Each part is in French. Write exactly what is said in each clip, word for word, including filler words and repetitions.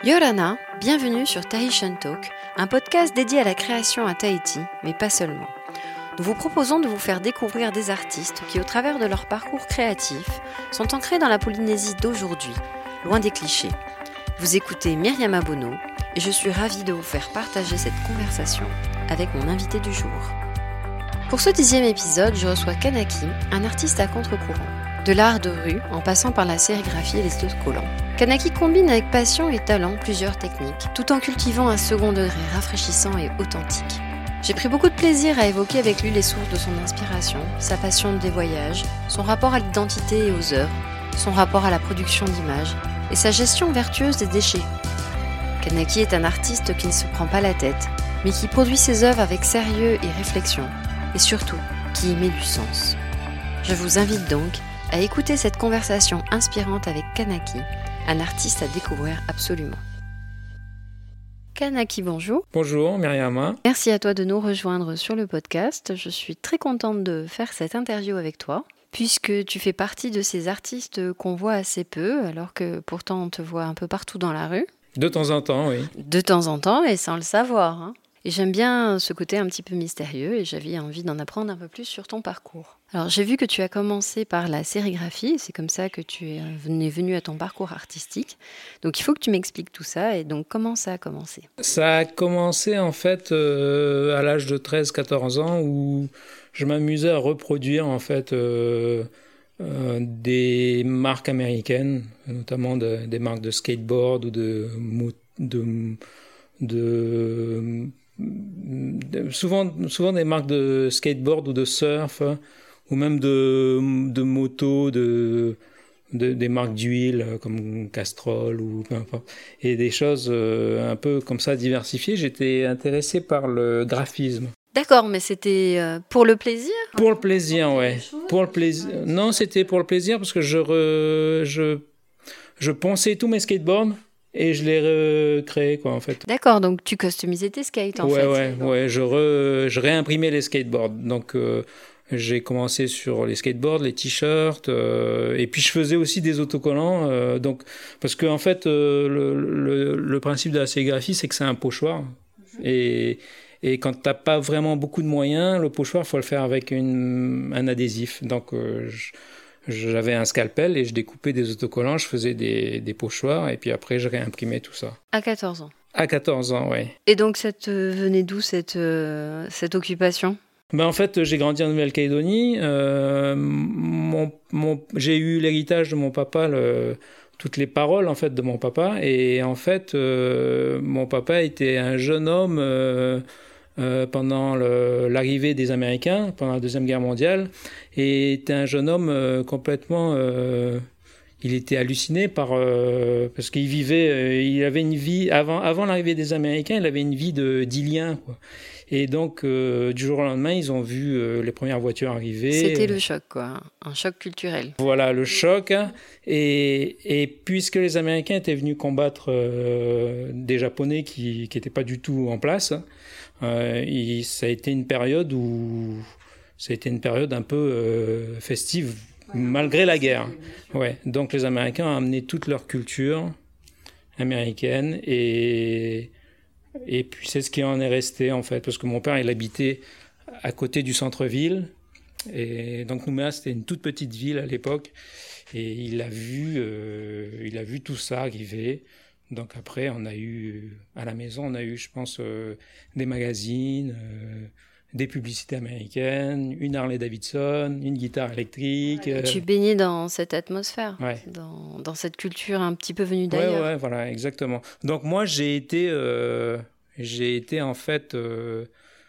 Yorana, bienvenue sur Tahitian Talk, un podcast dédié à la création à Tahiti, mais pas seulement. Nous vous proposons de vous faire découvrir des artistes qui, au travers de leur parcours créatif, sont ancrés dans la Polynésie d'aujourd'hui, loin des clichés. Vous écoutez Myriam Abono et je suis ravie de vous faire partager cette conversation avec mon invité du jour. Pour ce dixième épisode, je reçois Kanaki, un artiste à contre-courant. De l'art de rue, en passant par la sérigraphie et les autocollants. Kanaki combine avec passion et talent plusieurs techniques, tout en cultivant un second degré rafraîchissant et authentique. J'ai pris beaucoup de plaisir à évoquer avec lui les sources de son inspiration, sa passion des voyages, son rapport à l'identité et aux œuvres, son rapport à la production d'images et sa gestion vertueuse des déchets. Kanaki est un artiste qui ne se prend pas la tête, mais qui produit ses œuvres avec sérieux et réflexion, et surtout, qui y met du sens. Je vous invite donc à écouter cette conversation inspirante avec Kanaki, un artiste à découvrir absolument. Kanaki, bonjour. Bonjour Myriam. Merci à toi de nous rejoindre sur le podcast. Je suis très contente de faire cette interview avec toi, puisque tu fais partie de ces artistes qu'on voit assez peu, alors que pourtant on te voit un peu partout dans la rue. De temps en temps, oui. De temps en temps, et sans le savoir, hein. Et j'aime bien ce côté un petit peu mystérieux et j'avais envie d'en apprendre un peu plus sur ton parcours. Alors j'ai vu que tu as commencé par la sérigraphie, c'est comme ça que tu es venu, venu à ton parcours artistique. Donc il faut que tu m'expliques tout ça et donc comment ça a commencé ? Ça a commencé en fait euh, à l'âge de treize quatorze ans où je m'amusais à reproduire en fait euh, euh, des marques américaines, notamment de, des marques de skateboard ou de... de, de Souvent, souvent des marques de skateboard ou de surf, ou même de, de moto, de, de, des marques d'huile comme Castrol ou peu importe. Et des choses un peu comme ça diversifiées. J'étais intéressé par le graphisme. D'accord, mais c'était pour le plaisir ? Pour le plaisir, ouais. Pour le plaisir. Non, c'était pour le plaisir parce que je, re, je, je ponçais tous mes skateboards. Et je l'ai recréé, quoi, en fait. D'accord, donc tu customisais tes skates, en ouais, fait. Ouais, ouais, ouais, je, re, je réimprimais les skateboards. Donc, euh, j'ai commencé sur les skateboards, les t-shirts, euh, et puis je faisais aussi des autocollants. Euh, donc, parce que, en fait, euh, le, le, le principe de la sérigraphie, c'est que c'est un pochoir. Mm-hmm. Et, et quand t'as pas vraiment beaucoup de moyens, le pochoir, faut le faire avec une, un adhésif. Donc, euh, je... J'avais un scalpel et je découpais des autocollants, je faisais des, des pochoirs et puis après je réimprimais tout ça. À quatorze ans. À quatorze ans, oui. Et donc ça te venait d'où cette, euh, cette occupation ? Ben en fait, j'ai grandi en Nouvelle-Calédonie. Euh, mon, mon, j'ai eu l'héritage de mon papa, le, toutes les paroles en fait de mon papa. Et en fait, euh, mon papa était un jeune homme... Euh, Euh, pendant le, l'arrivée des Américains, pendant la Deuxième Guerre mondiale, et était un jeune homme euh, complètement... Euh, il était halluciné par... Euh, parce qu'il vivait... Euh, il avait une vie... Avant, avant l'arrivée des Américains, il avait une vie de, d'Ilien, quoi. Et donc, euh, du jour au lendemain, ils ont vu euh, les premières voitures arriver. C'était le choc, quoi. Un choc culturel. Voilà, le choc. Et, et puisque les Américains étaient venus combattre euh, des Japonais qui n'étaient pas du tout en place... Euh, il, ça a été une période où ça a été une période un peu euh, festive malgré la guerre. Ouais. Donc les Américains ont amené toute leur culture américaine et et puis c'est ce qui en est resté en fait parce que mon père il habitait à côté du centre-ville et donc Nouméa c'était une toute petite ville à l'époque et il a vu euh, il a vu tout ça arriver. Donc après, on a eu, à la maison, on a eu, je pense, euh, des magazines, euh, des publicités américaines, une Harley Davidson, une guitare électrique. Euh... Tu baignais dans cette atmosphère, ouais. dans, dans cette culture un petit peu venue d'ailleurs. Ouais, ouais, voilà, exactement. Donc moi, j'ai été, euh, j'ai été en fait, euh,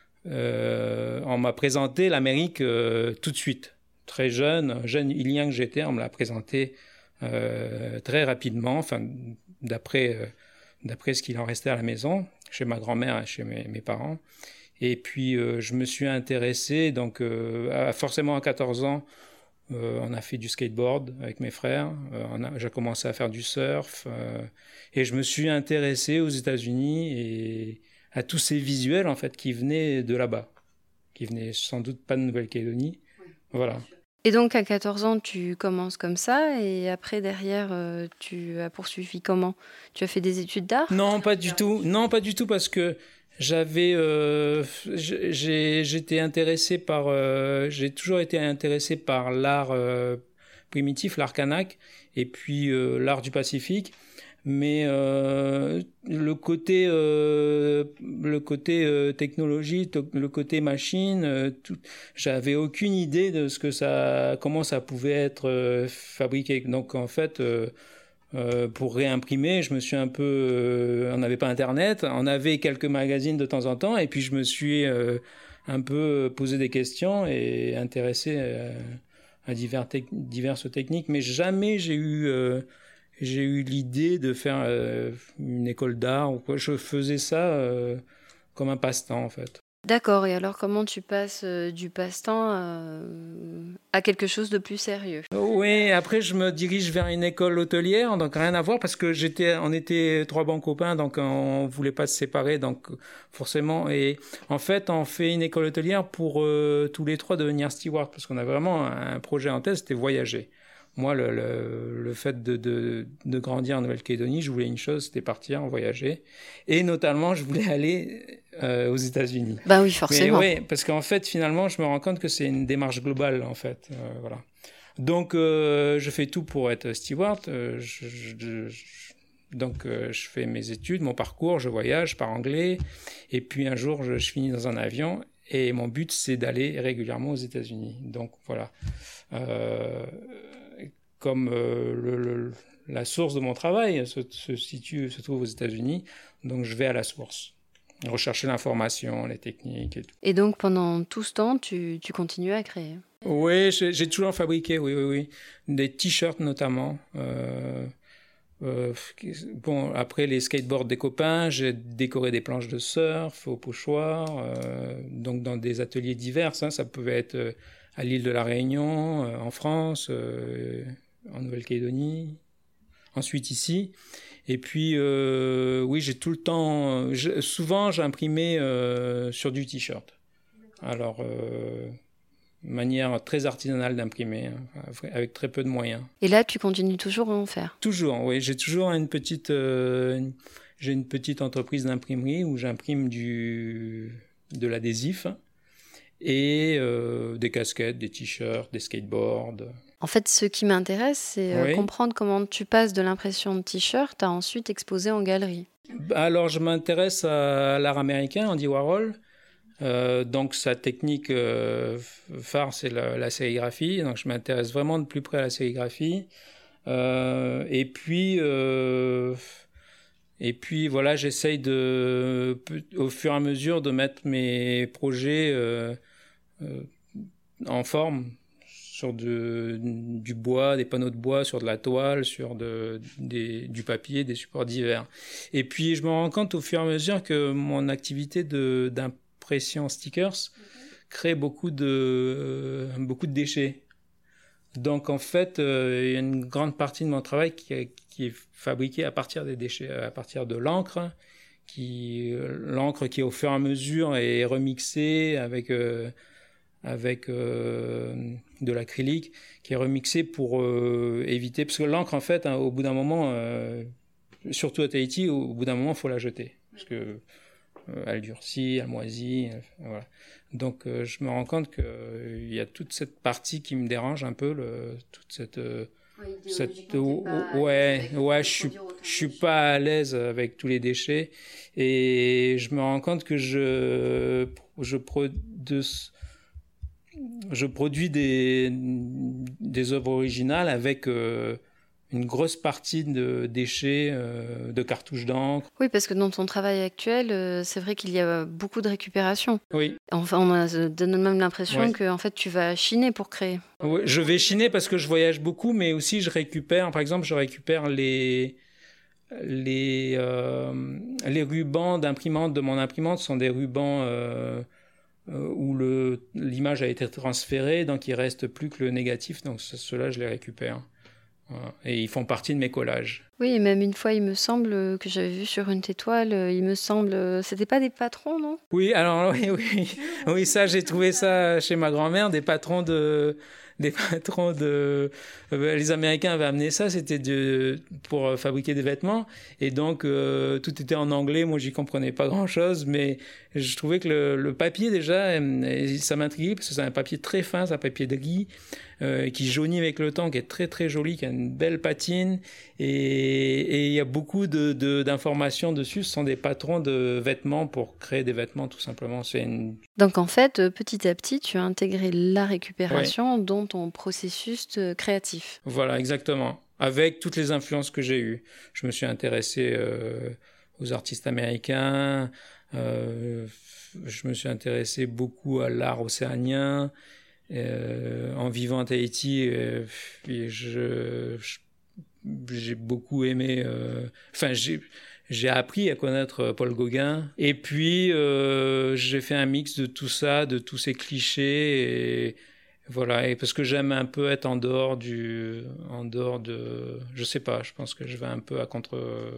euh, on m'a présenté l'Amérique euh, tout de suite. Très jeune, jeune Ilien que j'étais, on me l'a présenté euh, très rapidement, enfin... D'après, euh, d'après ce qu'il en restait à la maison, chez ma grand-mère et chez mes, mes parents. Et puis, euh, je me suis intéressé, donc euh, à, forcément à quatorze ans, euh, on a fait du skateboard avec mes frères, euh, on a, j'ai commencé à faire du surf, euh, et je me suis intéressé aux États-Unis et à tous ces visuels, en fait, qui venaient de là-bas, qui venaient sans doute pas de Nouvelle-Calédonie. Oui, voilà. Et donc à quatorze ans, tu commences comme ça et après derrière, euh, tu as poursuivi comment? Tu as fait des études d'art? Non, pas du tout. Non, pas du tout parce que j'avais, euh, j'ai, j'étais intéressé par, euh, j'ai toujours été intéressé par l'art euh, primitif, l'art kanak, et puis euh, l'art du Pacifique. Mais euh, le côté, euh, le côté euh, technologie, to- le côté machine, euh, tout, j'avais aucune idée de ce que ça, comment ça pouvait être euh, fabriqué. Donc en fait. Euh, Euh, pour réimprimer, je me suis un peu... Euh, on n'avait pas Internet, on avait quelques magazines de temps en temps, et puis je me suis euh, un peu posé des questions et intéressé euh, à divers te- diverses techniques, mais jamais j'ai eu, euh, j'ai eu l'idée de faire euh, une école d'art ou quoi. Je faisais ça euh, comme un passe-temps, en fait. D'accord, et alors comment tu passes euh, du passe-temps euh, à quelque chose de plus sérieux? Oui, après je me dirige vers une école hôtelière, donc rien à voir parce que j'étais, on était trois bons copains, donc on voulait pas se séparer, donc forcément. Et en fait, on fait une école hôtelière pour euh, tous les trois devenir steward, parce qu'on a vraiment un projet en tête, c'était voyager. Moi, le, le, le fait de, de, de grandir en Nouvelle-Calédonie, je voulais une chose, c'était partir, voyager. Et notamment, je voulais aller euh, aux États-Unis. Bah oui, Mais forcément. oui, parce qu'en fait, finalement, je me rends compte que c'est une démarche globale, en fait. Euh, voilà. Donc, euh, je fais tout pour être steward. Euh, je, je, je, donc, euh, je fais mes études, mon parcours, je voyage, je parle anglais. Et puis, un jour, je, je finis dans un avion. Et mon but, c'est d'aller régulièrement aux États-Unis. Donc, voilà. Euh, comme euh, le, le, la source de mon travail se, se situe, se trouve aux États-Unis, donc je vais à la source, rechercher l'information, les techniques et tout. Et donc pendant tout ce temps, tu, tu continues à créer? Oui, j'ai, j'ai toujours fabriqué, oui, oui, oui, des t-shirts notamment. Euh, euh, bon, après les skateboards des copains, j'ai décoré des planches de surf au pochoir, euh, donc dans des ateliers divers. Hein, ça pouvait être à l'île de la Réunion, euh, en France. Euh, en Nouvelle-Calédonie, ensuite ici. Et puis, euh, oui, j'ai tout le temps... Je, souvent, j'imprimais euh, sur du t-shirt. Alors, euh, manière très artisanale d'imprimer, hein, avec très peu de moyens. Et là, tu continues toujours à en faire? Toujours, oui. J'ai toujours une petite... Euh, j'ai une petite entreprise d'imprimerie où j'imprime du, de l'adhésif et euh, des casquettes, des t-shirts, des skateboards. En fait, ce qui m'intéresse, c'est euh, Oui. comprendre comment tu passes de l'impression de t-shirt à ensuite exposer en galerie. Alors, je m'intéresse à l'art américain, Andy Warhol. Euh, donc, sa technique euh, phare, c'est la, la sérigraphie. Donc, je m'intéresse vraiment de plus près à la sérigraphie. Euh, et puis, euh, et puis, voilà, j'essaye de, au fur et à mesure, de mettre mes projets euh, euh, en forme. Sur de, du bois, des panneaux de bois, sur de la toile, sur de, des, du papier, des supports divers. Et puis, je me rends compte au fur et à mesure que mon activité de, d'impression stickers crée beaucoup de, euh, beaucoup de déchets. Donc, en fait, euh, il y a une grande partie de mon travail qui, qui est fabriquée à partir des déchets, à partir de l'encre, qui, l'encre qui, au fur et à mesure, est remixée avec... Euh, avec euh, de l'acrylique qui est remixé pour euh, éviter... Parce que l'encre, en fait, hein, au bout d'un moment, euh, surtout à Tahiti, au, au bout d'un moment, il faut la jeter. Parce que euh, elle durcit, elle moisit, elle, voilà. Donc, euh, je me rends compte qu'il euh, y a toute cette partie qui me dérange un peu, le, toute cette... Euh, oui, cette ouais, ouais, je suis, je suis pas à l'aise avec tous les déchets. Et je me rends compte que je... je produis... Je produis des, des œuvres originales avec euh, une grosse partie de déchets, euh, de cartouches d'encre. Oui, parce que dans ton travail actuel, euh, c'est vrai qu'il y a beaucoup de récupération. Oui. Enfin, on a, donne même l'impression oui. que en fait, tu vas chiner pour créer. Oui, je vais chiner parce que je voyage beaucoup, mais aussi je récupère, par exemple, je récupère les... Les, euh, les rubans d'imprimante de mon imprimante sont des rubans... Euh, où le, l'image a été transférée, donc il reste plus que le négatif, donc ceux-là je les récupère. Voilà. Et ils font partie de mes collages. Oui, et même une fois, il me semble que j'avais vu sur une de tes toiles, il me semble, c'était pas des patrons, non? Oui, alors oui, oui, oui, ça, j'ai trouvé ça chez ma grand-mère, des patrons de, des patrons de, euh, les Américains avaient amené ça, c'était de, pour fabriquer des vêtements, et donc euh, tout était en anglais, moi j'y comprenais pas grand-chose, mais je trouvais que le, le papier déjà, ça m'intriguait parce que c'est un papier très fin, c'est un papier de gris, euh, qui jaunit avec le temps, qui est très très joli, qui a une belle patine, et il y a beaucoup de, de, d'informations dessus. Ce sont des patrons de vêtements pour créer des vêtements, tout simplement. C'est une... Donc en fait, petit à petit, tu as intégré la récupération ouais. dans ton processus créatif. Voilà, exactement. Avec toutes les influences que j'ai eues. Je me suis intéressé euh, aux artistes américains, euh, je me suis intéressé beaucoup à l'art océanien. Euh, en vivant à Tahiti, euh, je, je, j'ai beaucoup aimé... Enfin, euh, j'ai... J'ai appris à connaître Paul Gauguin. Et puis, euh, j'ai fait un mix de tout ça, de tous ces clichés. Et voilà. Et parce que j'aime un peu être en dehors du... En dehors de... Je sais pas, je pense que je vais un peu à contre...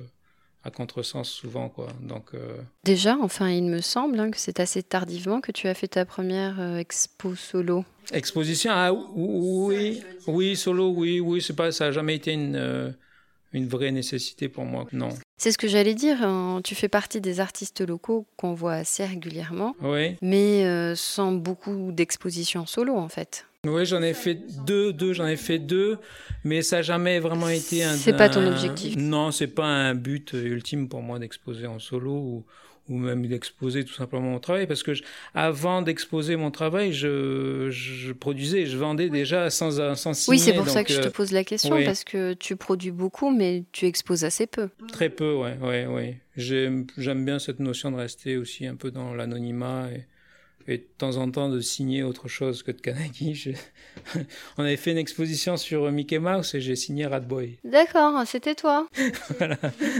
à contresens souvent, quoi. Donc, euh... Déjà, enfin, il me semble hein, que c'est assez tardivement que tu as fait ta première euh, expo solo. Exposition, ah oui, oui, solo, oui, oui, c'est pas, ça n'a jamais été une... Euh... une vraie nécessité pour moi, non. C'est ce que j'allais dire, hein. Tu fais partie des artistes locaux qu'on voit assez régulièrement, oui. mais euh, sans beaucoup d'expositions solo en fait. Oui, j'en ai fait deux, deux, j'en ai fait deux, mais ça n'a jamais vraiment été un... C'est pas ton objectif. Non, c'est pas un but ultime pour moi d'exposer en solo ou, ou même d'exposer tout simplement mon travail, parce que je, avant d'exposer mon travail, je, je produisais, je vendais déjà sans, sans signer. Oui, c'est pour donc, ça que euh, je te pose la question, oui. Parce que tu produis beaucoup, mais tu exposes assez peu. Très peu, ouais, ouais, ouais. J'aime, j'aime bien cette notion de rester aussi un peu dans l'anonymat et, et de temps en temps de signer autre chose que de Kanaki. Je... On avait fait une exposition sur Mickey Mouse et j'ai signé Rat Boy. D'accord, c'était toi. Voilà.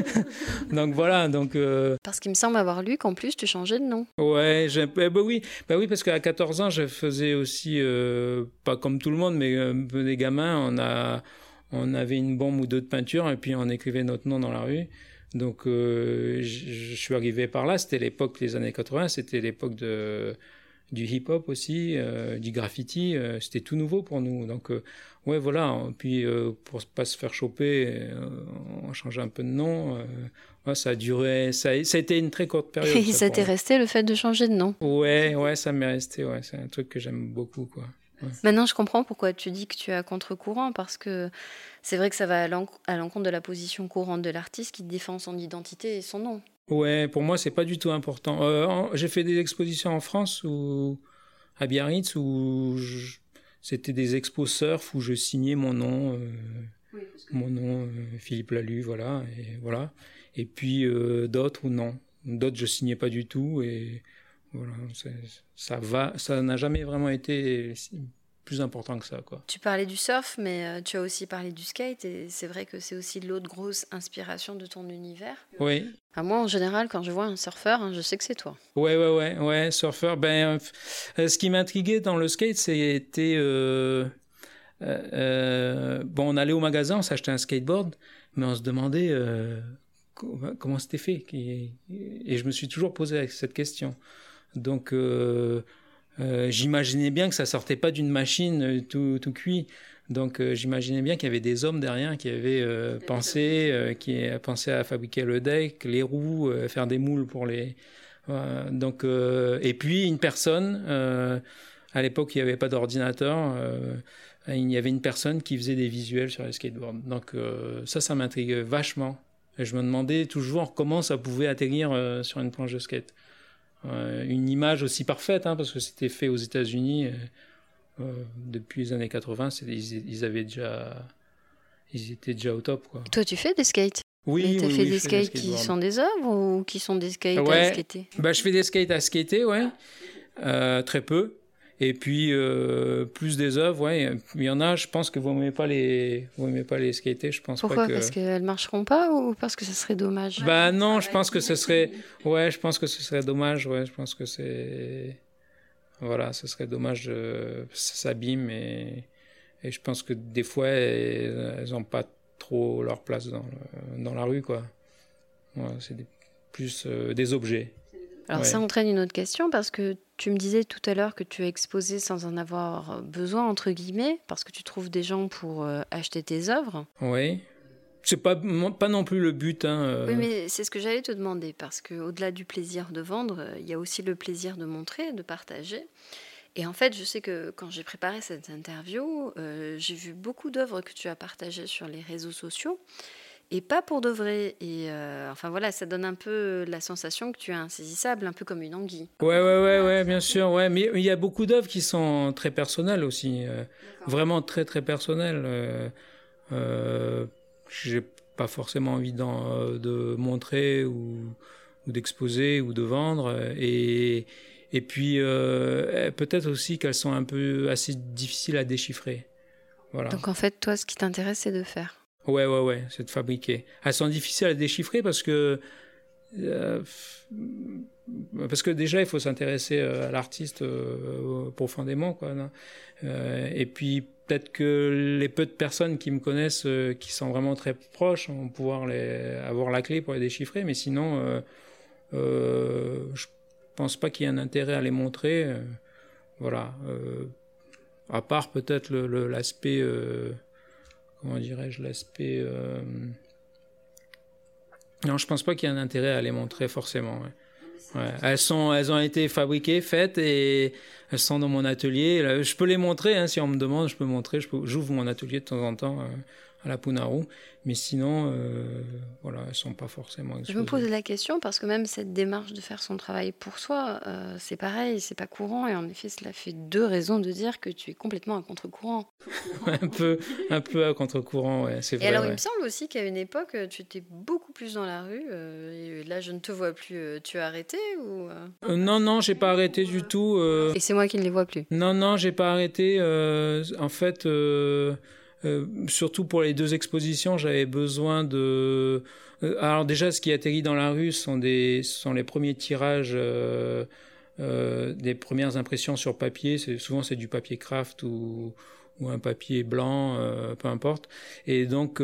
Donc voilà, donc... Euh... Parce qu'il me semble avoir lu qu'en plus tu changeais de nom. Ouais, j'ai... bah, bah oui, bah oui, parce qu'à quatorze ans, je faisais aussi, euh, pas comme tout le monde, mais un peu des gamins, on a... On avait une bombe ou deux de peinture et puis on écrivait notre nom dans la rue. Donc euh, je, je suis arrivé par là, c'était l'époque des années quatre-vingts, c'était l'époque de, du hip-hop aussi, euh, du graffiti, euh, c'était tout nouveau pour nous. Donc euh, ouais voilà, puis euh, pour pas se faire choper, euh, on changeait un peu de nom. Euh, ouais, ça a duré, ça a, ça a été une très courte période. Et ça, ça t'est resté le fait de changer de nom? Ouais, ouais, ça m'est resté, ouais, c'est un truc que j'aime beaucoup, quoi. Ouais. Maintenant, je comprends pourquoi tu dis que tu es à contre-courant, parce que c'est vrai que ça va à l'encontre de la position courante de l'artiste qui défend son identité et son nom. Ouais, pour moi, c'est pas du tout important. Euh, en, j'ai fait des expositions en France ou à Biarritz où je, c'était des expos surf où je signais mon nom, euh, oui, que... mon nom, euh, Philippe Lalu, voilà, et voilà. Et puis euh, d'autres où non, d'autres je signais pas du tout et voilà, c'est, ça va, ça n'a jamais vraiment été plus important que ça, quoi. Tu parlais du surf, mais euh, tu as aussi parlé du skate, et c'est vrai que c'est aussi l'autre grosse inspiration de ton univers. Oui. Enfin, moi, en général, quand je vois un surfeur, hein, je sais que c'est toi. Ouais, ouais, ouais, ouais, surfeur. Ben, euh, ce qui m'intriguait dans le skate, c'était euh, euh, euh, bon, on allait au magasin, on s'achetait un skateboard, mais on se demandait euh, comment c'était fait. Et je me suis toujours posé cette question. Donc, euh, euh, j'imaginais bien que ça sortait pas d'une machine tout, tout cuit. Donc, euh, j'imaginais bien qu'il y avait des hommes derrière qui avaient euh, pensé, euh, qui avaient pensé à fabriquer le deck, les roues, euh, faire des moules pour les. Euh, donc, euh, et puis une personne. Euh, à l'époque, il n'y avait pas d'ordinateur. Euh, il y avait une personne qui faisait des visuels sur les skateboards. Donc, euh, ça, ça m'intriguait vachement. Et je me demandais toujours comment ça pouvait atterrir euh, sur une planche de skate. Euh, une image aussi parfaite, hein, parce que c'était fait aux États-Unis euh, depuis les années quatre-vingts. Ils, ils avaient déjà, ils étaient déjà au top, quoi. Toi, tu fais des skates? Oui, tu as oui, fait oui, des skates des qui sont des œuvres ou qui sont des skates ouais. à skater? Bah, je fais des skates à skater, ouais, euh, très peu. Et puis euh, plus des œuvres, ouais. Il y en a, je pense que vous n'aimez pas les, vous n'aimez pas les skater, je pense. Pourquoi? Pas que... Parce qu'elles marcheront pas ou parce que ce serait dommage? Bah non, je pense que ce serait, ouais, je pense que ce serait dommage, ouais. Je pense que c'est, voilà, ce serait dommage, euh, ça s'abîme et et je pense que des fois elles, elles ont pas trop leur place dans, le, dans la rue, quoi. Ouais, c'est des, plus euh, des objets. Alors ouais. Ça entraîne une autre question, parce que tu me disais tout à l'heure que tu as exposé sans en avoir besoin, entre guillemets, parce que tu trouves des gens pour euh, acheter tes œuvres. Oui. C'est pas, pas non plus le but. Hein, euh... Oui, mais c'est ce que j'allais te demander, parce qu'au-delà du plaisir de vendre, il y a aussi le plaisir de montrer, de partager. Et en fait, je sais que quand j'ai préparé cette interview, euh, j'ai vu beaucoup d'œuvres que tu as partagées sur les réseaux sociaux, et pas pour de vrai. Et euh, enfin voilà, ça donne un peu la sensation que tu es insaisissable, un peu comme une anguille. Ouais, ouais, ouais, ouais, bien sûr. Ouais, mais il y a beaucoup d'œuvres qui sont très personnelles aussi, euh, vraiment très, très personnelles. Euh, euh, j'ai pas forcément envie de montrer ou, ou d'exposer ou de vendre. Et Et puis, euh, peut-être aussi qu'elles sont un peu assez difficiles à déchiffrer. Voilà. Donc, en fait, toi, ce qui t'intéresse, c'est de faire. Ouais, ouais, ouais, c'est de fabriquer. Elles sont difficiles à déchiffrer parce que... Euh, parce que déjà, il faut s'intéresser à l'artiste euh, profondément, quoi. Euh, et puis, peut-être que les peu de personnes qui me connaissent, euh, qui sont vraiment très proches, vont pouvoir les, avoir la clé pour les déchiffrer. Mais sinon, euh, euh, je Je pense pas qu'il y ait un intérêt à les montrer, euh, voilà. Euh, à part peut-être le, le, l'aspect, euh, comment dirais-je, l'aspect. Euh... Non, je pense pas qu'il y ait un intérêt à les montrer forcément. Ouais. Ouais. Elles sont, elles ont été fabriquées, faites et elles sont dans mon atelier. Là, je peux les montrer, hein, si on me demande, je peux montrer. Je peux, j'ouvre mon atelier de temps en temps. Euh, à la Punaru, mais sinon, euh, voilà, elles ne sont pas forcément exposées. Je me pose la question parce que même cette démarche de faire son travail pour soi, euh, c'est pareil, c'est pas courant, et en effet, cela fait deux raisons de dire que tu es complètement à contre-courant. un peu, un peu à contre-courant, ouais, c'est vrai. Et alors, ouais. il me semble aussi qu'à une époque, tu étais beaucoup plus dans la rue, euh, et là, je ne te vois plus. Euh, tu as arrêté ou euh... Euh, Non, non, j'ai pas arrêté du tout. Euh... Et c'est moi qui ne les vois plus. Non, non, j'ai pas arrêté. Euh, en fait. Euh... Euh, surtout pour les deux expositions, j'avais besoin de... Euh, alors déjà, ce qui atterrit dans la rue sont, des, sont les premiers tirages, euh, euh, des premières impressions sur papier. C'est, souvent, c'est du papier craft ou, ou un papier blanc, euh, peu importe. Et donc,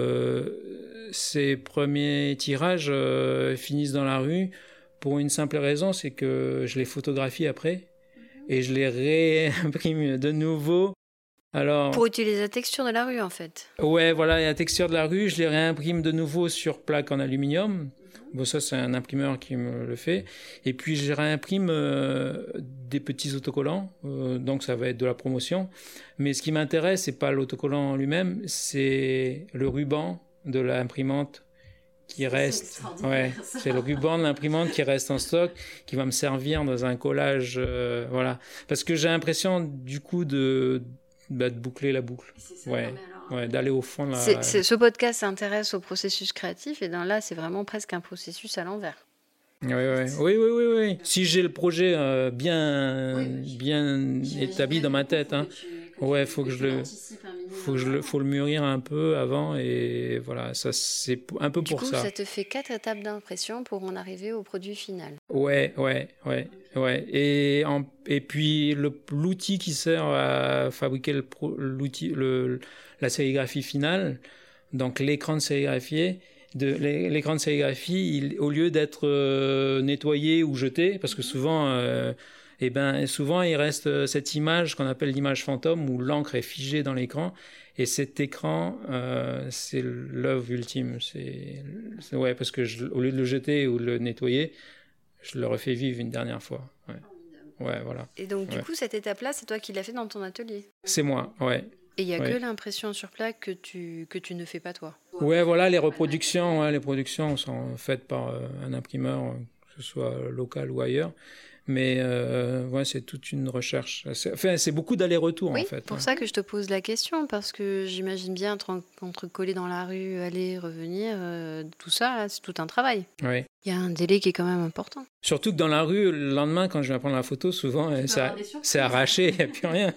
euh, ces premiers tirages euh, finissent dans la rue pour une simple raison, c'est que je les photographie après et je les réimprime de nouveau. Alors, pour utiliser la texture de la rue, en fait. Ouais, voilà, la texture de la rue, je les réimprime de nouveau sur plaque en aluminium. Bon, ça, c'est un imprimeur qui me le fait. Et puis, je réimprime euh, des petits autocollants. Euh, donc, ça va être de la promotion. Mais ce qui m'intéresse, c'est pas l'autocollant en lui-même, c'est le ruban de l'imprimante qui c'est reste. Ouais, c'est le ruban de l'imprimante qui reste en stock, qui va me servir dans un collage. Euh, voilà. Parce que j'ai l'impression, du coup, de... Bah, de boucler la boucle, ça, ouais, alors... ouais, d'aller au fond de la... C'est, c'est, ce podcast s'intéresse au processus créatif, et dans là, c'est vraiment presque un processus à l'envers. Oui, oui, oui, oui, oui, oui. Si j'ai le projet euh, bien, oui, bien établi dans ma tête, hein, ouais, faut que je le, faut que je le, faut le mûrir un peu avant, et voilà, ça c'est un peu du pour coup, ça. Ça te fait quatre étapes d'impression pour en arriver au produit final. Ouais, ouais, ouais, ouais. Et en, et puis le, l'outil qui sert à fabriquer le, l'outil, le, la sérigraphie finale, donc l'écran de sérigraphie. De l'écran de sérigraphie, il, au lieu d'être euh, nettoyé ou jeté, parce que souvent, euh, eh ben, souvent il reste cette image qu'on appelle l'image fantôme, où l'encre est figée dans l'écran, et cet écran, euh, c'est l'œuvre ultime. C'est, c'est ouais, parce que je, au lieu de le jeter ou de le nettoyer, je le refais vivre une dernière fois. Ouais, ouais, voilà. Et donc, du ouais. coup, cette étape-là, c'est toi qui l'as fait dans ton atelier? C'est moi, ouais. Et il n'y a ouais. que l'impression sur plaque que tu, que tu ne fais pas toi? Ouais, voilà, les reproductions, ouais, les productions sont faites par euh, un imprimeur, que ce soit local ou ailleurs. Mais euh, ouais, c'est toute une recherche. C'est, enfin, c'est beaucoup d'aller-retour, oui, en fait. C'est pour hein. ça que je te pose la question, parce que j'imagine bien entre, entre coller dans la rue, aller, revenir, euh, tout ça, là, c'est tout un travail. Oui. Il y a un délai qui est quand même important. Surtout que dans la rue, le lendemain, quand je viens prendre la photo, souvent, euh, ça, c'est arraché, il n'y a plus rien.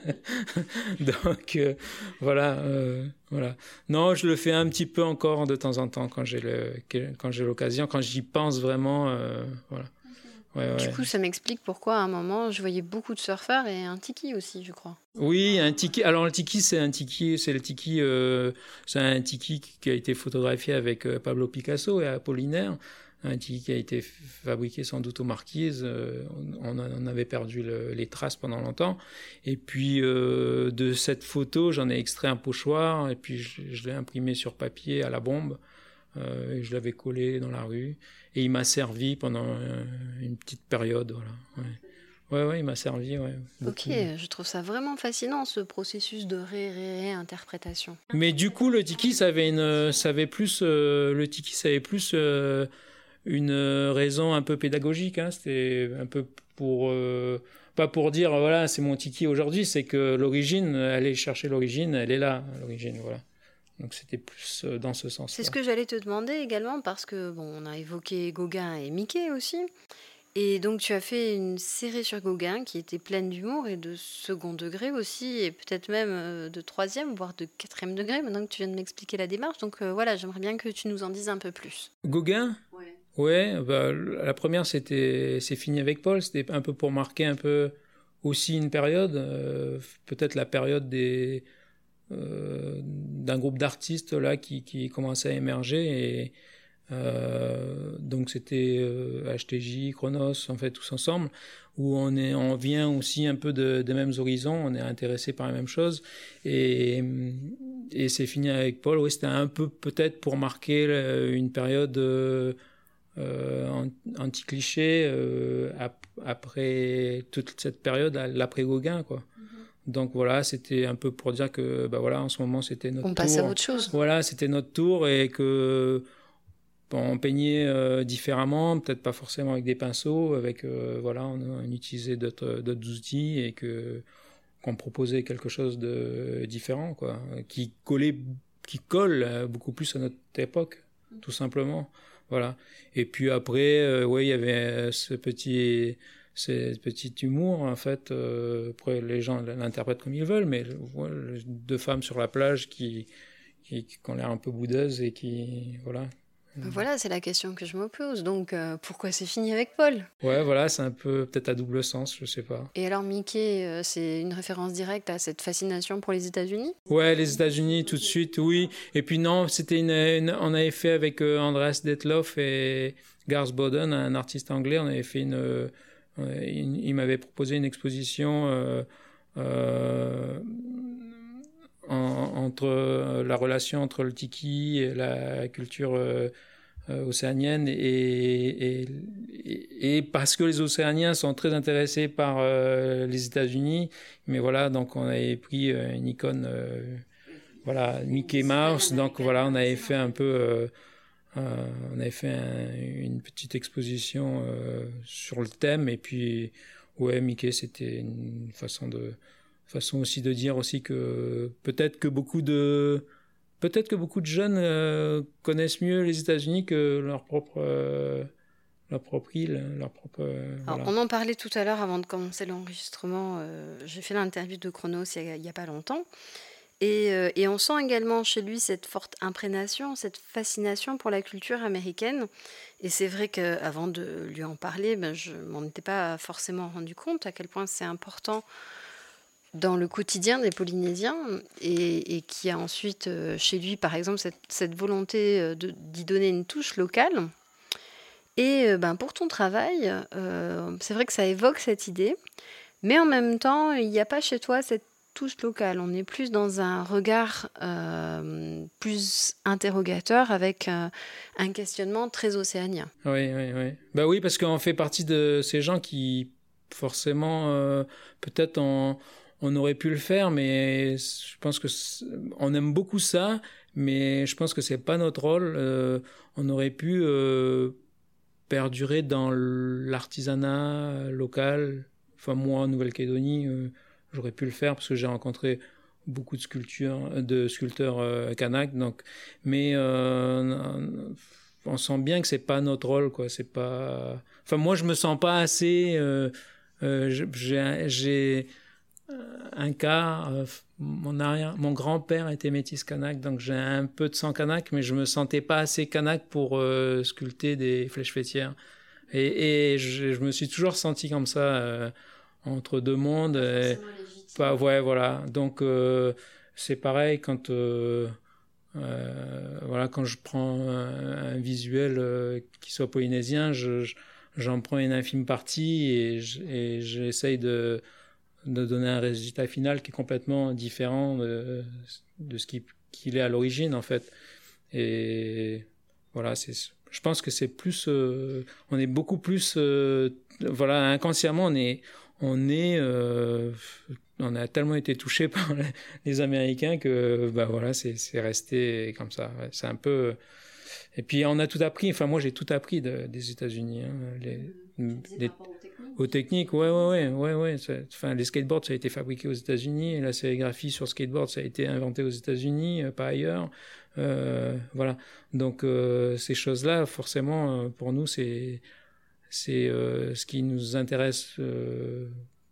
Donc, euh, voilà, euh, voilà. Non, je le fais un petit peu encore de temps en temps quand j'ai, le, quand j'ai l'occasion, quand j'y pense vraiment, euh, voilà. Ouais, du ouais. coup, ça m'explique pourquoi à un moment, je voyais beaucoup de surfeurs et un tiki aussi, je crois. Oui, un tiki. Alors le tiki, c'est un tiki, c'est le tiki, euh, c'est un tiki qui a été photographié avec euh, Pablo Picasso et Apollinaire. Un tiki qui a été fabriqué sans doute aux Marquises. Euh, on, on avait perdu le, les traces pendant longtemps. Et puis euh, de cette photo, j'en ai extrait un pochoir et puis je, je l'ai imprimé sur papier à la bombe. Euh, et je l'avais collé dans la rue. Et il m'a servi pendant euh, une petite période. Voilà. Ouais. Ouais, ouais, il m'a servi, ouais. Ok, je trouve ça vraiment fascinant, ce processus de ré-réinterprétation. Mais du coup, le tiki, ça avait une, ça avait plus, euh, le tiki, ça avait plus euh, une raison un peu pédagogique. Hein. C'était un peu pour, euh, pas pour dire, voilà, c'est mon tiki aujourd'hui, c'est que l'origine, aller chercher l'origine, elle est là, l'origine, voilà. Donc c'était plus dans ce sens-là. C'est ce que j'allais te demander également, parce que bon, on a évoqué Gauguin et Mickey aussi. Et donc tu as fait une série sur Gauguin qui était pleine d'humour et de second degré aussi, et peut-être même de troisième, voire de quatrième degré, maintenant que tu viens de m'expliquer la démarche. Donc euh, voilà, j'aimerais bien que tu nous en dises un peu plus. Gauguin ? Ouais. Ouais, bah, la première, c'était C'est fini avec Paul. C'était un peu pour marquer un peu aussi une période, euh, peut-être la période des, euh, d'un groupe d'artistes là qui, qui commençait à émerger. Et Euh, donc c'était euh, H T J, Chronos, en fait tous ensemble, où on est, on vient aussi un peu de, des mêmes horizons, on est intéressé par les mêmes choses, et, et c'est fini avec Paul. Oui, c'était un peu peut-être pour marquer une période euh, anti-cliché euh, ap- après toute cette période, l'après Gauguin, quoi. Donc voilà, c'était un peu pour dire que bah voilà, en ce moment c'était notre on tour. On passe à autre chose. Voilà, c'était notre tour et que on peignait euh, différemment, peut-être pas forcément avec des pinceaux, avec euh, voilà, on, on utilisait d'autres, d'autres outils et que qu'on proposait quelque chose de différent, quoi, qui collait, qui colle beaucoup plus à notre époque, tout simplement, voilà. Et puis après, euh, ouais, il y avait ce petit, ce petit humour en fait. Euh, après, les gens l'interprètent comme ils veulent, mais ouais, deux femmes sur la plage qui qui, qui ont l'air un peu boudeuses et qui voilà. Voilà, c'est la question que je me pose. Donc, euh, pourquoi c'est fini avec Paul ? Ouais, voilà, c'est un peu peut-être à double sens, je sais pas. Et alors, Mickey, euh, c'est une référence directe à cette fascination pour les États-Unis ? Ouais, les États-Unis, tout de suite, oui. Et puis non, c'était une, une on avait fait avec euh, Andreas Detloff et Garth Bowden, un artiste anglais, on avait fait une, euh, une il m'avait proposé une exposition euh, euh, en, entre la relation entre le tiki et la culture euh, Euh, océanienne et, et, et parce que les Océaniens sont très intéressés par euh, les États-Unis, mais voilà, donc on avait pris euh, une icône, euh, voilà, Mickey Mouse, donc voilà, on avait fait un peu, euh, euh, on avait fait un, une petite exposition euh, sur le thème, et puis ouais, Mickey, c'était une façon de, façon aussi de dire aussi que peut-être que beaucoup de Peut-être que beaucoup de jeunes euh, connaissent mieux les États-Unis que leur propre, euh, leur propre île, leur propre. Euh, Alors, voilà. On en parlait tout à l'heure avant de commencer l'enregistrement. Euh, j'ai fait l'interview de Chronos il n'y a, a pas longtemps. Et, euh, et on sent également chez lui cette forte imprégnation, cette fascination pour la culture américaine. Et c'est vrai qu'avant de lui en parler, ben, je ne m'en étais pas forcément rendu compte à quel point c'est important dans le quotidien des Polynésiens, et, et qui a ensuite euh, chez lui, par exemple, cette, cette volonté de, d'y donner une touche locale. Et euh, ben, pour ton travail, euh, c'est vrai que ça évoque cette idée, mais en même temps, il n'y a pas chez toi cette touche locale. On est plus dans un regard euh, plus interrogateur, avec euh, un questionnement très océanien. Oui, oui, oui. Bah oui, parce qu'on fait partie de ces gens qui, forcément, euh, peut-être on, on aurait pu le faire, mais je pense que on aime beaucoup ça, mais je pense que c'est pas notre rôle. Euh, on aurait pu euh, perdurer dans l'artisanat local. Enfin, moi, en Nouvelle-Calédonie, euh, j'aurais pu le faire parce que j'ai rencontré beaucoup de sculptures, de sculpteurs euh, kanak. Donc, mais euh, on sent bien que c'est pas notre rôle, quoi. C'est pas. Enfin, moi, je me sens pas assez. Euh, euh, j'ai, j'ai un cas. Euh, mon arrière, mon grand-père était métis kanak, donc j'ai un peu de sang kanak, mais je me sentais pas assez kanak pour euh, sculpter des flèches fêtières. Et, et je, je me suis toujours senti comme ça, euh, entre deux mondes. Et, pas, ouais, voilà. Donc, euh, c'est pareil quand, euh, euh, voilà, quand je prends un, un visuel euh, qui soit polynésien, je, je, j'en prends une infime partie et, je, et j'essaye de, de donner un résultat final qui est complètement différent de, de ce qui, qu'il est à l'origine, en fait. Et voilà, c'est, je pense que c'est plus, euh, on est beaucoup plus, euh, voilà, inconsciemment, on est, on est, euh, on a tellement été touché par les Américains que, bah voilà, c'est, c'est resté comme ça. C'est un peu, et puis on a tout appris. Enfin, moi, j'ai tout appris de, des États-Unis. Hein, les, les, aux techniques, ouais, ouais, ouais, ouais, ouais. C'est, enfin, les skateboards, ça a été fabriqué aux États-Unis, et la sérigraphie sur skateboard, ça a été inventé aux États-Unis, euh, pas ailleurs. Euh, voilà. Donc euh, ces choses-là, forcément, euh, pour nous, c'est c'est euh, ce qui nous intéresse. Euh,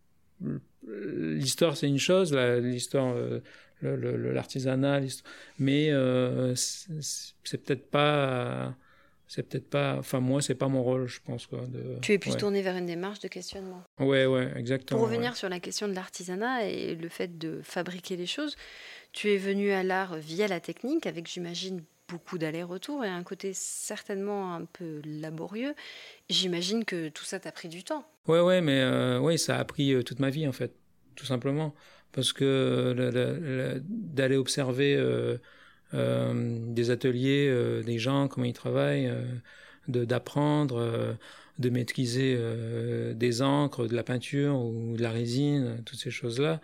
l'histoire, c'est une chose, la, l'histoire, euh, le, le, l'artisanat, l'histoire, mais euh, c'est, c'est peut-être pas. C'est peut-être pas, enfin moi c'est pas mon rôle, je pense quoi. De, tu es plus ouais. tourné vers une démarche de questionnement. Ouais, ouais, exactement. Pour revenir ouais. sur la question de l'artisanat et le fait de fabriquer les choses, tu es venu à l'art via la technique, avec j'imagine beaucoup d'allers-retours et un côté certainement un peu laborieux. J'imagine que tout ça t'a pris du temps. Ouais, ouais, mais euh, ouais, ça a pris euh, toute ma vie en fait, tout simplement, parce que le, le, le, d'aller observer. Euh, Euh, des ateliers, euh, des gens, comment ils travaillent, euh, de, d'apprendre, euh, de maîtriser euh, des encres, de la peinture ou de la résine, toutes ces choses-là.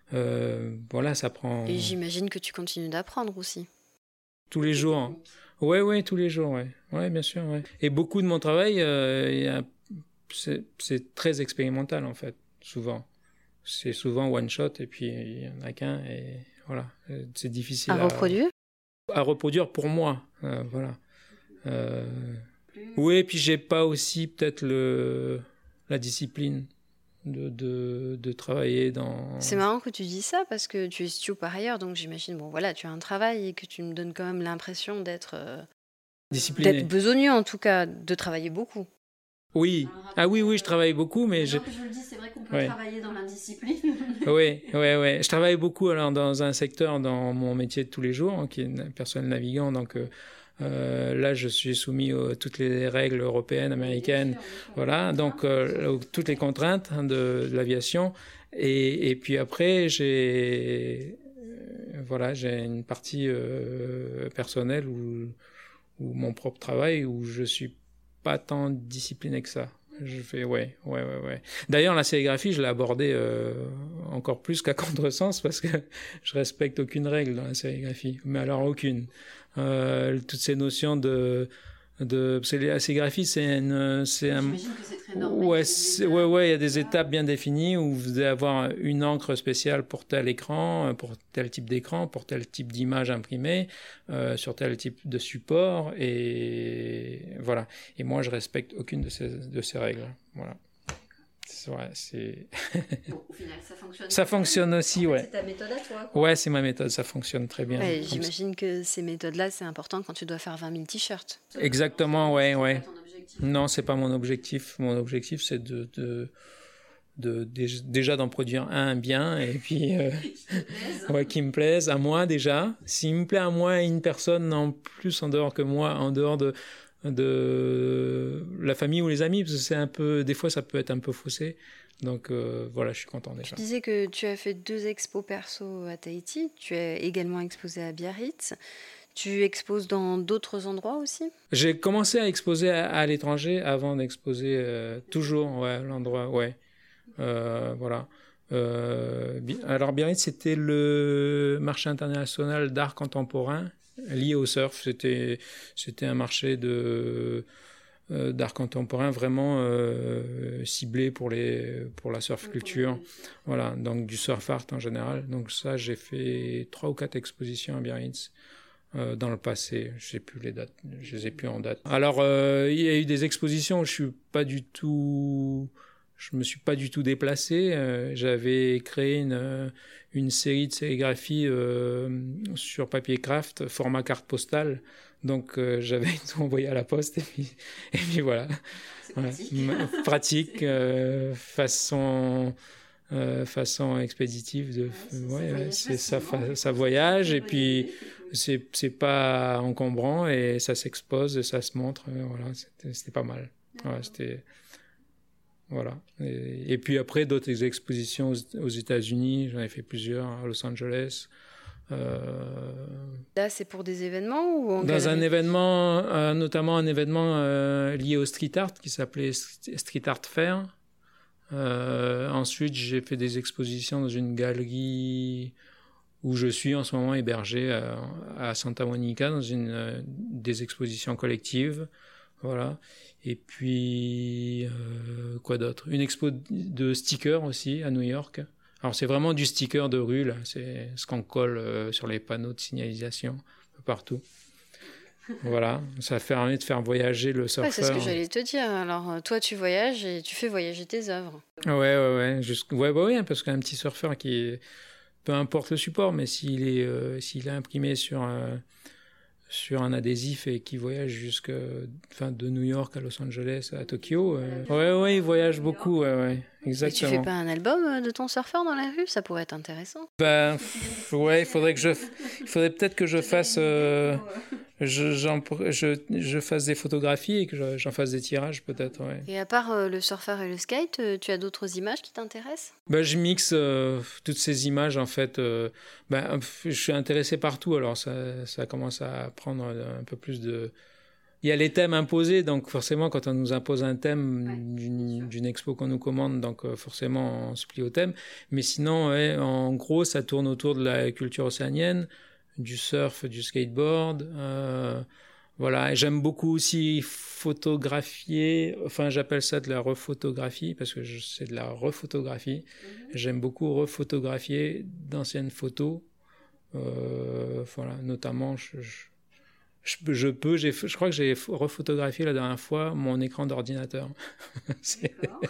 Euh, voilà, ça prend... Et j'imagine que tu continues d'apprendre aussi. Tous les jours. Ouais, ouais, tous les jours, ouais. Ouais, bien sûr, ouais. Et beaucoup de mon travail, euh, y a, c'est, c'est très expérimental, en fait, souvent. C'est souvent one shot, et puis il y en a qu'un, et voilà. C'est difficile à... À reproduire à reproduire pour moi, euh, voilà. Euh, oui, et puis j'ai pas aussi peut-être le la discipline de, de de travailler dans. C'est marrant que tu dis ça parce que tu es studio par ailleurs, donc j'imagine bon voilà, tu as un travail et que tu me donnes quand même l'impression d'être euh, discipliné, d'être besogneux en tout cas, de travailler beaucoup. Oui, ah oui, oui, je travaille beaucoup, mais je... que je le dis, c'est vrai qu'on peut ouais. travailler dans l'indiscipline. Oui, oui, oui. Je travaille beaucoup alors dans un secteur, dans mon métier de tous les jours, hein, qui est une personnel navigant. Donc euh, là, je suis soumis à toutes les règles européennes, américaines, bien sûr, bien sûr. Voilà. Donc euh, toutes les contraintes hein, de, de l'aviation. Et, et puis après, j'ai, euh, voilà, j'ai une partie euh, personnelle où, où mon propre travail, où je suis pas tant discipliné que ça. Je fais ouais, ouais, ouais, ouais. D'ailleurs, la sérigraphie, je l'ai abordée euh, encore plus qu'à contresens parce que je respecte aucune règle dans la sérigraphie, mais alors aucune. Euh, toutes ces notions de de parce que la sérigraphie, c'est une, c'est un. J'imagine que c'est très normal. Ouais, c'est, ouais, ouais, il y a des étapes bien définies où vous devez avoir une encre spéciale pour tel écran, pour tel type d'écran, pour tel type d'image imprimée, euh, sur tel type de support, et voilà. Et moi, je respecte aucune de ces de ces règles. Voilà. C'est vrai, c'est. Bon, au final, ça fonctionne. Ça fonctionne aussi, en fait, ouais. C'est ta méthode à toi, quoi. Ouais, c'est ma méthode, ça fonctionne très bien. Ouais, j'imagine que ces méthodes-là, c'est important quand tu dois faire vingt mille t-shirts. Exactement, ouais, ouais. Non, c'est pas mon objectif. Mon objectif, c'est de, de, de, de déjà d'en produire un bien et puis euh, ouais, qui me plaise à moi déjà. S'il me plaît à moi et une personne en plus en dehors que moi, en dehors de de la famille ou les amis, parce que c'est un peu, des fois, ça peut être un peu faussé. Donc euh, voilà, je suis content déjà. Tu disais que tu as fait deux expos perso à Tahiti. Tu as également exposé à Biarritz. Tu exposes dans d'autres endroits aussi ? J'ai commencé à exposer à, à l'étranger avant d'exposer euh, toujours, ouais, l'endroit, ouais. Euh, voilà. Euh, alors Biarritz, c'était le marché international d'art contemporain lié au surf. C'était, c'était un marché de, euh, d'art contemporain vraiment euh, ciblé pour, les, pour la surf culture. Voilà, donc du surf art en général. Donc ça, j'ai fait trois ou quatre expositions à Biarritz. Euh, dans le passé, je sais plus les dates, je les ai plus en date. Alors, euh, il y a eu des expositions où je suis pas du tout, je me suis pas du tout déplacé. Euh, j'avais créé une une série de sérigraphies euh, sur papier craft, format carte postale. Donc, euh, j'avais tout envoyé à la poste et puis, et puis voilà. C'est pratique. Ouais. Pratique, euh, façon, euh, façon expéditive. De, ouais, ouais, c'est ça, fa- ça voyage et puis c'est, c'est pas encombrant et ça s'expose et ça se montre. Euh, voilà, c'était, c'était pas mal. Ouais, c'était, voilà. Et, et puis après, d'autres expositions aux, aux États-Unis, j'en ai fait plusieurs à Los Angeles. Euh, Là, c'est pour des événements ou en Dans galerie? un événement, euh, notamment un événement euh, lié au street art qui s'appelait Street Art Fair. Euh, ensuite, j'ai fait des expositions dans une galerie où je suis en ce moment hébergé à, à Santa Monica dans une euh, des expositions collectives. Voilà. Et puis, euh, quoi d'autre? Une expo de stickers aussi à New York. Alors, c'est vraiment du sticker de rue, là. C'est ce qu'on colle euh, sur les panneaux de signalisation partout. Voilà. Ça permet de faire voyager le surfeur. Ouais, c'est ce que j'allais te dire. Alors, toi, tu voyages et tu fais voyager tes œuvres. Ouais, ouais, ouais. Juste... Ouais, bah oui, parce qu'un petit surfeur qui est... Peu importe le support, mais s'il est, euh, s'il est imprimé sur... Euh... sur un adhésif et qui voyage jusque, enfin, de New York à Los Angeles à Tokyo. Euh... Ouais, ouais, il voyage beaucoup, ouais, ouais, exactement. Et tu fais pas un album de ton surfeur dans la rue? Ça pourrait être intéressant. Ben, ouais, il faudrait que je, il faudrait peut-être que je fasse, euh... je, j'en... je, je fasse des photographies et que je, j'en fasse des tirages, peut-être, ouais. Et à part euh, le surfeur et le skate, euh, tu as d'autres images qui t'intéressent? Ben, je mixe euh, toutes ces images, en fait. Euh, ben, je suis intéressé partout, alors ça, ça commence à prendre un peu plus de... Il y a les thèmes imposés, donc forcément, quand on nous impose un thème ouais, d'une, d'une expo qu'on nous commande, donc euh, forcément, on se plie au thème. Mais sinon, ouais, en gros, ça tourne autour de la culture océanienne, du surf, du skateboard. Euh, voilà, et j'aime beaucoup aussi photographier, enfin j'appelle ça de la refotographie, parce que je, c'est de la rephotographie. Mm-hmm. J'aime beaucoup refotographier d'anciennes photos. Euh, voilà, notamment, je... je Je, je peux, j'ai, je crois que j'ai refotographié la dernière fois mon écran d'ordinateur. c'est,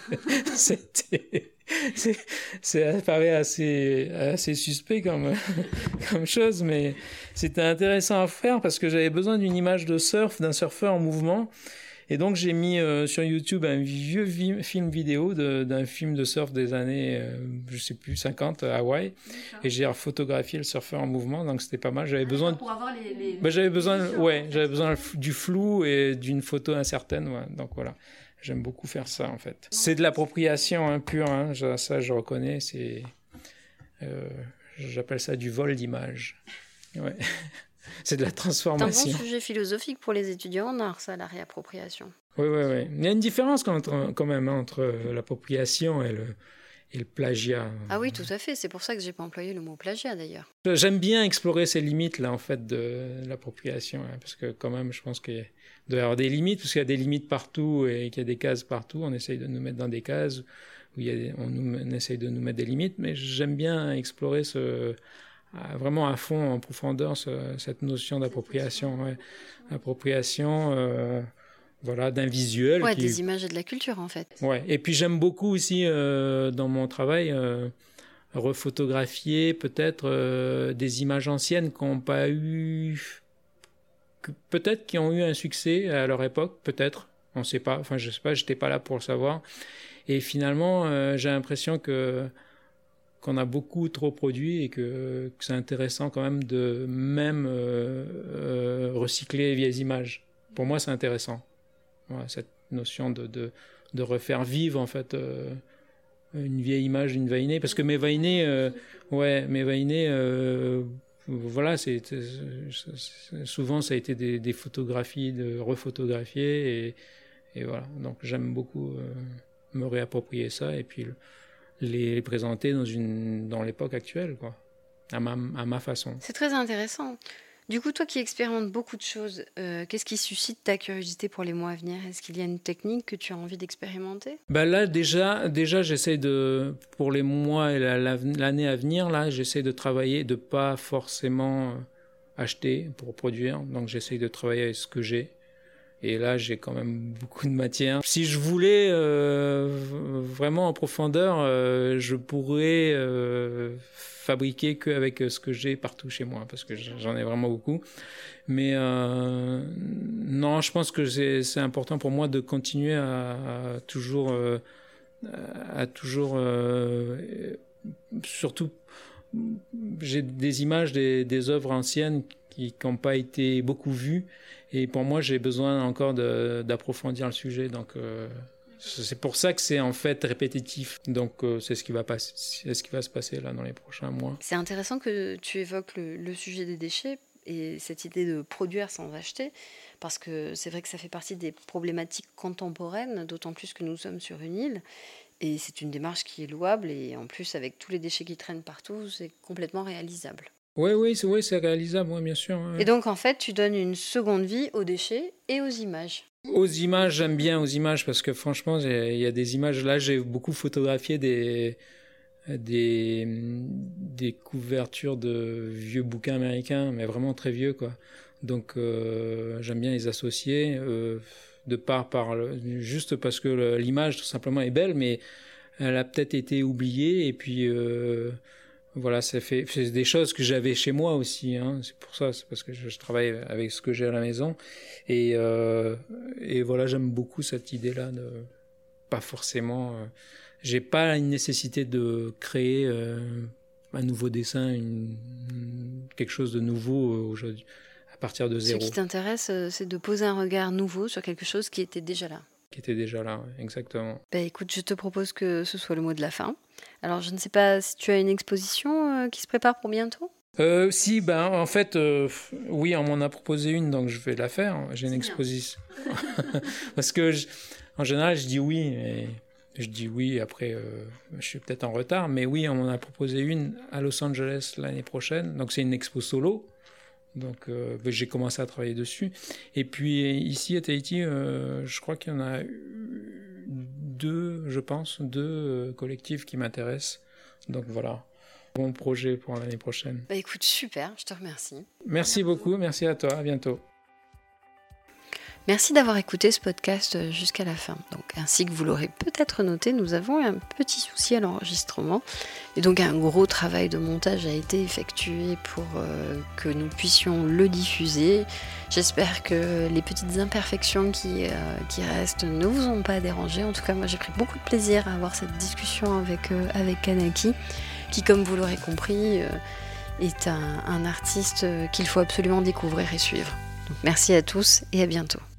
c'était, c'est, ça paraît assez, assez suspect comme, comme chose, mais c'était intéressant à faire parce que j'avais besoin d'une image de surf, d'un surfeur en mouvement. Et donc j'ai mis euh, sur YouTube un vieux vi- film vidéo de, d'un film de surf des années, euh, je sais plus, cinquante à Hawaï. D'accord. Et j'ai photographié le surfeur en mouvement, donc c'était pas mal. J'avais ah, besoin de... pour avoir les, les... Ben, j'avais besoin, ouais, j'avais besoin du flou et d'une photo incertaine, ouais. Donc voilà, j'aime beaucoup faire ça en fait. C'est de l'appropriation hein, pure, hein. Ça je reconnais. C'est, euh, j'appelle ça du vol d'image. Ouais. C'est de la transformation. C'est un bon sujet philosophique pour les étudiants en art, ça, la réappropriation. Oui, oui, oui. Il y a une différence quand, quand même hein, entre l'appropriation et le, et le plagiat. Ah oui, tout à fait. C'est pour ça que j'ai pas employé le mot plagiat, d'ailleurs. J'aime bien explorer ces limites-là, en fait, de l'appropriation. Hein, parce que quand même, je pense qu'il doit y avoir des limites, parce qu'il y a des limites partout et qu'il y a des cases partout. On essaye de nous mettre dans des cases où il y a des, on, nous, on essaye de nous mettre des limites. Mais j'aime bien explorer ce... vraiment à fond, en profondeur, ce, cette notion d'appropriation. Ouais. Appropriation, euh, voilà, d'un visuel. Ouais, qui... des images et de la culture, en fait. Ouais. Et puis j'aime beaucoup aussi, euh, dans mon travail, euh, refotographier peut-être euh, des images anciennes qui n'ont pas eu... Que, peut-être qui ont eu un succès à leur époque, peut-être. On ne sait pas. Enfin, je ne sais pas, je n'étais pas là pour le savoir. Et finalement, euh, j'ai l'impression que qu'on a beaucoup trop produit et que, que c'est intéressant quand même de même euh, euh, recycler les vieilles images. Pour moi, c'est intéressant. Voilà, cette notion de, de, de refaire vivre en fait euh, une vieille image d'une Vainé. Parce que mes Vainé, euh, ouais, mes Vainé, euh, voilà, c'est, c'est, souvent ça a été des, des photographies, de refotographier et, et voilà. Donc j'aime beaucoup euh, me réapproprier ça et puis le, les présenter dans une dans l'époque actuelle quoi, à ma à ma façon. C'est très intéressant. Du coup, toi qui expérimentes beaucoup de choses, euh, qu'est-ce qui suscite ta curiosité pour les mois à venir? Est-ce qu'il y a une technique que tu as envie d'expérimenter? Ben là déjà déjà j'essaie de pour les mois et la, la, l'année à venir là, j'essaie de travailler de pas forcément acheter pour produire. Donc j'essaie de travailler avec ce que j'ai Et là, j'ai quand même beaucoup de matière. Si je voulais euh, vraiment en profondeur, euh, je pourrais euh, fabriquer qu'avec ce que j'ai partout chez moi, parce que j'en ai vraiment beaucoup. Mais euh, non, je pense que c'est, c'est important pour moi de continuer à, à toujours, euh, à toujours, euh, surtout, j'ai des images des, des œuvres anciennes qui n'ont pas été beaucoup vues. Et pour moi, j'ai besoin encore de, d'approfondir le sujet. Donc, euh, c'est pour ça que c'est en fait répétitif. Donc, euh, c'est ce qui va passer, c'est ce qui va se passer là dans les prochains mois. C'est intéressant que tu évoques le, le sujet des déchets et cette idée de produire sans acheter, parce que c'est vrai que ça fait partie des problématiques contemporaines, d'autant plus que nous sommes sur une île. Et c'est une démarche qui est louable. Et en plus, avec tous les déchets qui traînent partout, c'est complètement réalisable. Oui, oui, c'est, oui, c'est réalisable, oui, bien sûr. Ouais. Et donc, en fait, tu donnes une seconde vie aux déchets et aux images. Aux images, j'aime bien aux images parce que franchement, il y a des images. Là, j'ai beaucoup photographié des, des, des couvertures de vieux bouquins américains, mais vraiment très vieux, quoi. Donc, euh, j'aime bien les associer, euh, de part par le, juste parce que le, l'image, tout simplement, est belle, mais elle a peut-être été oubliée, et puis. Euh, Voilà, ça fait, c'est des choses que j'avais chez moi aussi, hein. C'est pour ça, c'est parce que je, je travaille avec ce que j'ai à la maison. Et, euh, et voilà, j'aime beaucoup cette idée-là de pas forcément. Euh, j'ai pas une nécessité de créer euh, un nouveau dessin, une, quelque chose de nouveau euh, aujourd'hui, à partir de zéro. Ce qui t'intéresse, c'est de poser un regard nouveau sur quelque chose qui était déjà là. Qui était déjà là, exactement. Bah, écoute, je te propose que ce soit le mot de la fin. Alors, je ne sais pas si tu as une exposition euh, qui se prépare pour bientôt ? euh, Si, ben, en fait, euh, oui, on m'en a proposé une, donc je vais la faire. J'ai une C'est exposition. Parce que, je, en général, je dis oui, et je dis oui, après, euh, je suis peut-être en retard, mais oui, on m'en a proposé une à Los Angeles l'année prochaine. Donc, c'est une expo solo. Donc, euh, j'ai commencé à travailler dessus. Et puis, ici, à Tahiti, euh, je crois qu'il y en a deux, je pense, deux euh, collectifs qui m'intéressent. Donc, voilà. Bon projet pour l'année prochaine. Bah écoute, super, je te remercie. Merci beaucoup, merci à toi, à bientôt. Merci d'avoir écouté ce podcast jusqu'à la fin. Donc, ainsi que vous l'aurez peut-être noté, nous avons eu un petit souci à l'enregistrement. Et donc, un gros travail de montage a été effectué pour euh, que nous puissions le diffuser. J'espère que les petites imperfections qui, euh, qui restent ne vous ont pas dérangé. En tout cas, moi, j'ai pris beaucoup de plaisir à avoir cette discussion avec, euh, avec Kanaki, qui, comme vous l'aurez compris, euh, est un, un artiste qu'il faut absolument découvrir et suivre. Donc, merci à tous et à bientôt.